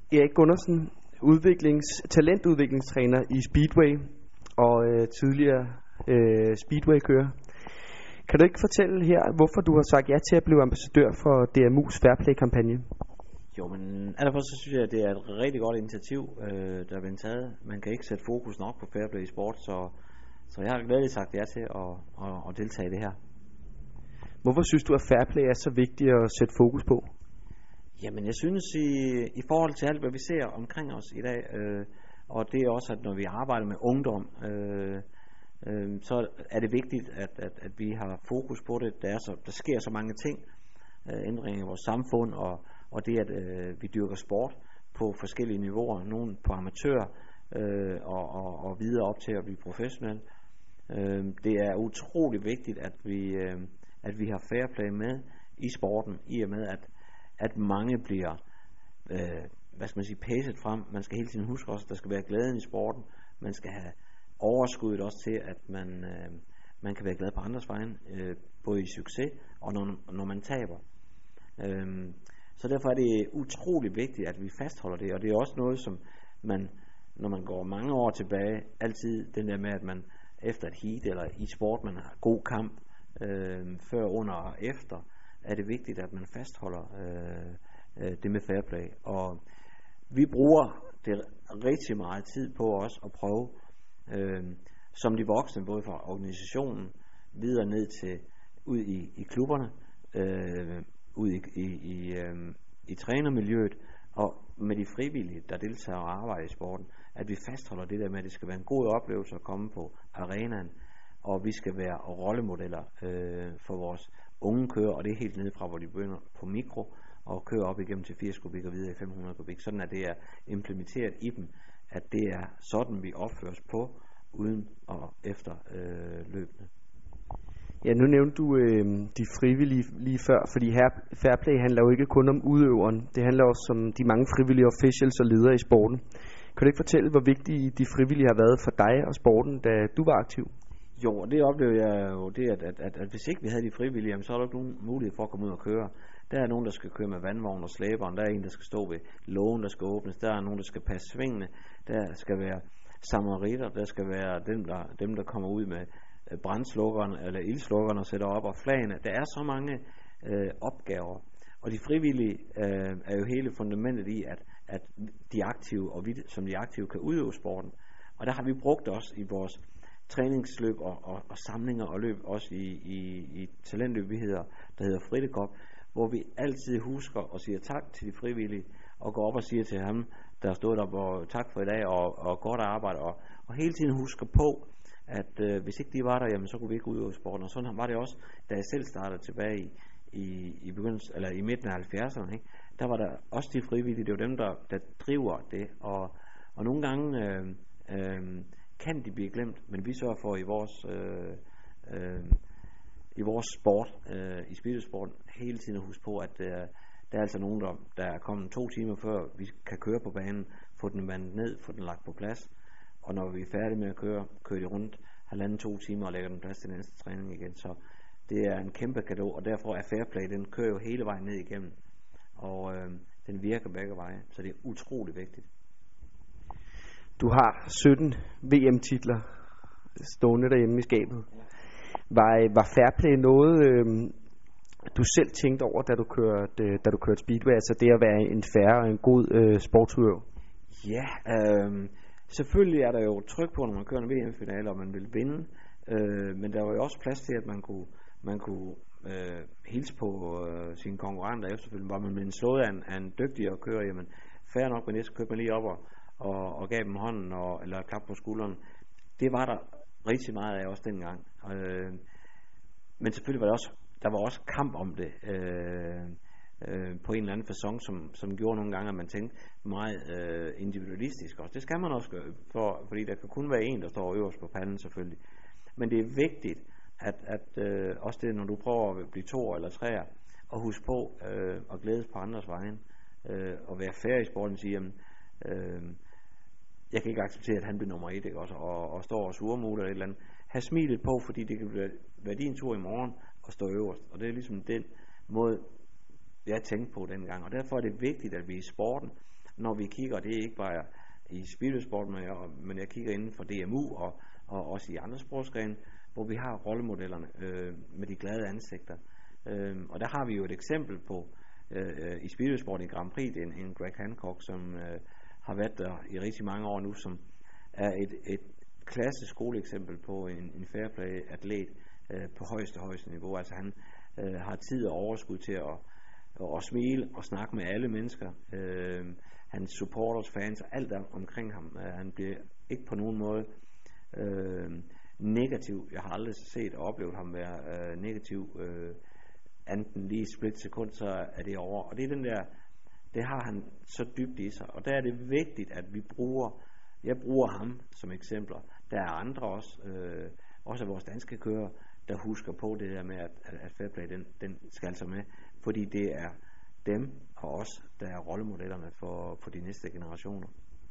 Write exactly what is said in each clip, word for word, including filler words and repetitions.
Erik Gundersen, udviklings, talentudviklingstræner i Speedway og øh, tidligere øh, Speedway-kører. Kan du ikke fortælle her, hvorfor du har sagt ja til at blive ambassadør for D M U's Fairplay-kampagne? Jo, men allerførst så synes jeg, at det er et rigtig godt initiativ, øh, der er blevet taget. Man kan ikke sætte fokus nok på Fairplay i sport, så, så jeg har glædeligt sagt ja til at, at, at deltage i det her. Hvorfor synes du, at Fairplay er så vigtigt at sætte fokus på? Jamen, jeg synes i, i forhold til alt, hvad vi ser omkring os i dag, øh, og det er også, at når vi arbejder med ungdom, øh, øh, så er det vigtigt, at, at, at vi har fokus på det. Der, er så, der sker så mange ting, øh, ændringer i vores samfund, og, og det, at øh, vi dyrker sport på forskellige niveauer, nogle på amatør, øh, og, og, og videre op til at blive professionel. Øh, det er utrolig vigtigt, at vi, øh, at vi har Fairplay med i sporten, i og med, at at mange bliver, øh, hvad skal man sige, pacet frem. Man skal hele tiden huske også, at der skal være glæden i sporten. Man skal have overskuddet også til, at man, øh, man kan være glad på andres vegne, øh, både i succes og når, når man taber. Øh, så derfor er det utrolig vigtigt, at vi fastholder det, og det er også noget, som man, når man går mange år tilbage, altid den der med, at man efter et heat eller i sport, man har god kamp, øh, før, under og efter, er det vigtigt, at man fastholder øh, øh, det med Fairplay. Og vi bruger det rigtig meget tid på os at prøve, øh, som de voksne, både fra organisationen, videre ned til, ud i, i klubberne, øh, ud i, i, i, øh, i trænermiljøet, og med de frivillige, der deltager og arbejder i sporten, at vi fastholder det der med, at det skal være en god oplevelse at komme på arenaen, og vi skal være rollemodeller øh, for vores unge kører, og det er helt nede fra, hvor de begynder på mikro, og kører op igennem til firs kubik og videre i fem hundrede kubik. Sådan at det er implementeret i dem, at det er sådan, vi opføres på, uden og efter øh, løbende. Ja, nu nævnte du øh, de frivillige lige før, fordi her Fairplay handler jo ikke kun om udøveren. Det handler også om de mange frivillige officials og ledere i sporten. Kan du ikke fortælle, hvor vigtige de frivillige har været for dig og sporten, da du var aktiv? Jo, det oplevede jeg jo, det at, at, at, at hvis ikke vi havde de frivillige, jamen, så er der ikke nogen mulighed for at komme ud og køre. Der er nogen, der skal køre med vandvogn og slæberen, der er en, der skal stå ved lågen, der skal åbnes, der er nogen, der skal passe svingene, der skal være samaritter, der skal være dem, der, dem, der kommer ud med brandslukkerne eller ildslukkerne og sætter op og flagene. Der er så mange øh, opgaver, og de frivillige øh, er jo hele fundamentet i, at, at de aktive, og vi som de aktive kan udøve sporten. Og der har vi brugt os i vores træningsløb og, og, og samlinger og løb, også i, i, i talentløb, vi hedder, der hedder Frittekop, hvor vi altid husker og siger tak til de frivillige, og går op og siger til ham, der har stået op, og tak for i dag, og, og godt arbejde, og, og hele tiden husker på, at øh, hvis ikke de var der, jamen, så kunne vi ikke udøve sporten. Og sådan var det også, da jeg selv startede tilbage i, i, i, begyndelsen, eller i midten af halvfjerdserne, ikke? Der var der også de frivillige, det er jo dem, der, der driver det, og, og nogle gange øh, øh, kan de blive glemt, men vi sørger for i vores øh, øh, i vores sport, øh, i speedsporten, hele tiden at huske på, at øh, der er altså nogen, der, der er kommet to timer før vi kan køre på banen, få den vandet ned, få den lagt på plads, og når vi er færdige med at køre, kører de rundt halvanden to timer og lægger den plads til næste træning igen. Så det er en kæmpe gave, og derfor er Fairplay, den kører jo hele vejen ned igennem, og øh, den virker begge veje, så det er utrolig vigtigt. Du har sytten V M-titler stående derhjemme i skabet. Var, var Fairplay noget, øh, du selv tænkte over, da du kørte, øh, da du kørte Speedway, altså det at være en fair og en god øh, sportsudøver? Ja, øh, selvfølgelig er der jo tryk på, når man kører en V M-finale, og man vil vinde, øh, men der var jo også plads til, at man kunne, man kunne øh, hilse på øh, sine konkurrenter efterfølgende. Var man med en slået af en, af en dygtigere kører, jamen fair nok, men jeg købte mig lige op og, og, og gav dem hånden, og, eller klap på skulderen. Det var der rigtig meget af også dengang. Øh, men selvfølgelig var der også, der var også kamp om det, øh, øh, på en eller anden facon, som, som gjorde nogle gange, at man tænkte meget øh, individualistisk også. Det skal man også gøre, for, fordi der kan kun være en, der står øverst på panden selvfølgelig. Men det er vigtigt, at, at øh, også det, når du prøver at blive to eller tre, og huske på øh, at glædes på andres vejen, øh, og være fair i sporten, sige, jamen, øh, jeg kan ikke acceptere, at han bliver nummer et, ikke? Også, og, og står og surmuler eller et eller andet. Ha' smilet på, fordi det kan være din tur i morgen og stå øverst. Og det er ligesom den måde, jeg tænkte på dengang. Og derfor er det vigtigt, at vi i sporten når vi kigger, det er ikke bare i speedwaysport, men jeg, men jeg kigger inden for D M U og, og også i andre sportsgrene, hvor vi har rollemodellerne øh, med de glade ansigter. Øh, og der har vi jo et eksempel på øh, i speedwaysport i Grand Prix, en, en Greg Hancock, som øh, har været der i rigtig mange år nu, som er et, et klassisk skoleeksempel på en, en fairplay atlet øh, på højeste højeste niveau. Altså han øh, har tid og overskud til at, at, at smile og snakke med alle mennesker. Øh, hans supporters, fans og alt der omkring ham. Øh, han bliver ikke på nogen måde øh, negativ. Jeg har aldrig set og oplevet ham være øh, negativ. Øh, enten lige et split sekund, så er det over. Og det er den der, det har han så dybt i sig. Og der er det vigtigt, at vi bruger, jeg bruger ham som eksempler. Der er andre også, øh, også af vores danske kører, der husker på det der med, at, at fairplay, den, den skal altså med. Fordi det er dem og os, der er rollemodellerne for, for de næste generationer.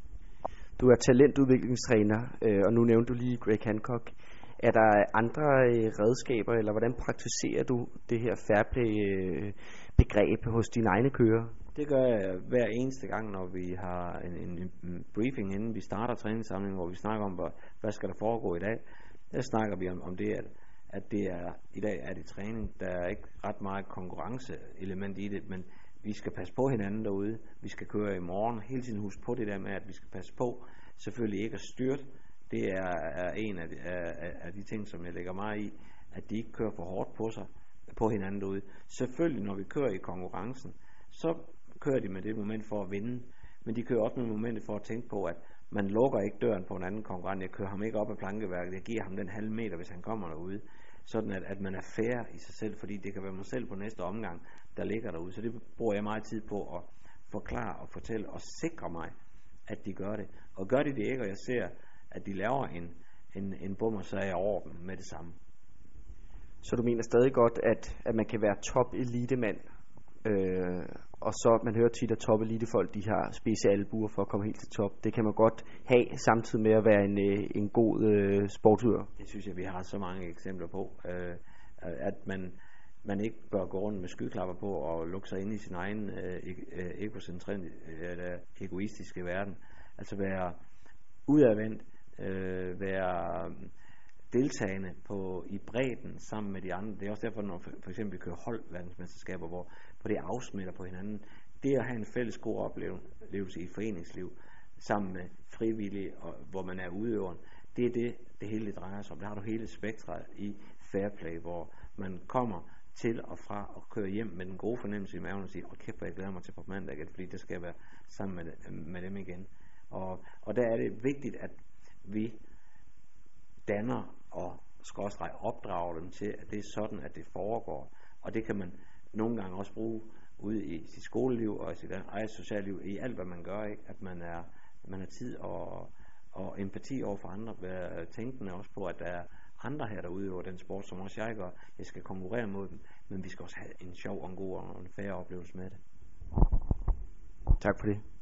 Du er talentudviklingstræner, øh, og nu nævnte du lige Greg Hancock. Er der andre øh, redskaber, eller hvordan praktiserer du det her fairplay-begreb øh, hos dine egne kører? Det gør jeg hver eneste gang, når vi har en, en, en briefing, inden vi starter træningssamlingen, hvor vi snakker om, hvad, hvad skal der foregå i dag. Der snakker vi om, om det, at, at det er, i dag er det træning. Der er ikke ret meget konkurrenceelement i det, men vi skal passe på hinanden derude. Vi skal køre i morgen. Hele tiden huske på det der med, at vi skal passe på. Selvfølgelig ikke at styrte. Det er, er en af de, af, af de ting, som jeg lægger mig i, at de ikke kører for hårdt på sig, på hinanden derude. Selvfølgelig, når vi kører i konkurrencen, så kører de med det moment for at vinde, men de kører også med momentet for at tænke på, at man lukker ikke døren på en anden konkurrent. Jeg kører ham ikke op ad plankeværket, jeg giver ham den halve meter, hvis han kommer derude, sådan at, at man er fair i sig selv, fordi det kan være mig selv på næste omgang, der ligger derude. Så det bruger jeg meget tid på at forklare og fortælle og sikre mig, at de gør det. Og gør de det ikke, og jeg ser, at de laver en, en, en bummer, så er jeg over dem med det samme. Så du mener stadig godt, at, at man kan være top elitemand, øh, og så man hører tit, at top elitefolk, de har spidse albuer for at komme helt til top. Det kan man godt have, samtidig med at være en, en god øh, sportsudøver. Det synes jeg, vi har så mange eksempler på, øh, at man, man ikke bør gå rundt med skyklapper på og lukke sig ind i sin egen øh, egocentriske, øh, egoistiske verden. Altså være udadvendt, øh, være deltagende på, i bredden sammen med de andre. Det er også derfor, når for, for eksempel vi kører holdverdensmesterskaber, hvor, hvor det afsmitter på hinanden. Det at have en fælles god oplevelse i foreningsliv, sammen med frivillige, og, hvor man er udøveren, det er det, det hele det drejer sig om. Der har du hele spektret i fairplay, hvor man kommer til og fra og kører hjem med den gode fornemmelse i maven og siger, åh kæft, jeg glæder mig til på mandag igen, fordi det skal være sammen med, med dem igen. Og, og der er det vigtigt, at vi danner og skråstreg opdrager dem til, at det er sådan, at det foregår. Og det kan man nogle gange også bruge ude i sit skoleliv og i sit eget sociale liv, i alt hvad man gør, ikke? At man er, man har tid og, og empati over for andre, være tænkende også på, at der er andre her, der udøver den sport, som også jeg gør. Jeg skal konkurrere mod dem, men vi skal også have en sjov og en god og en fair oplevelse med det. Tak for det.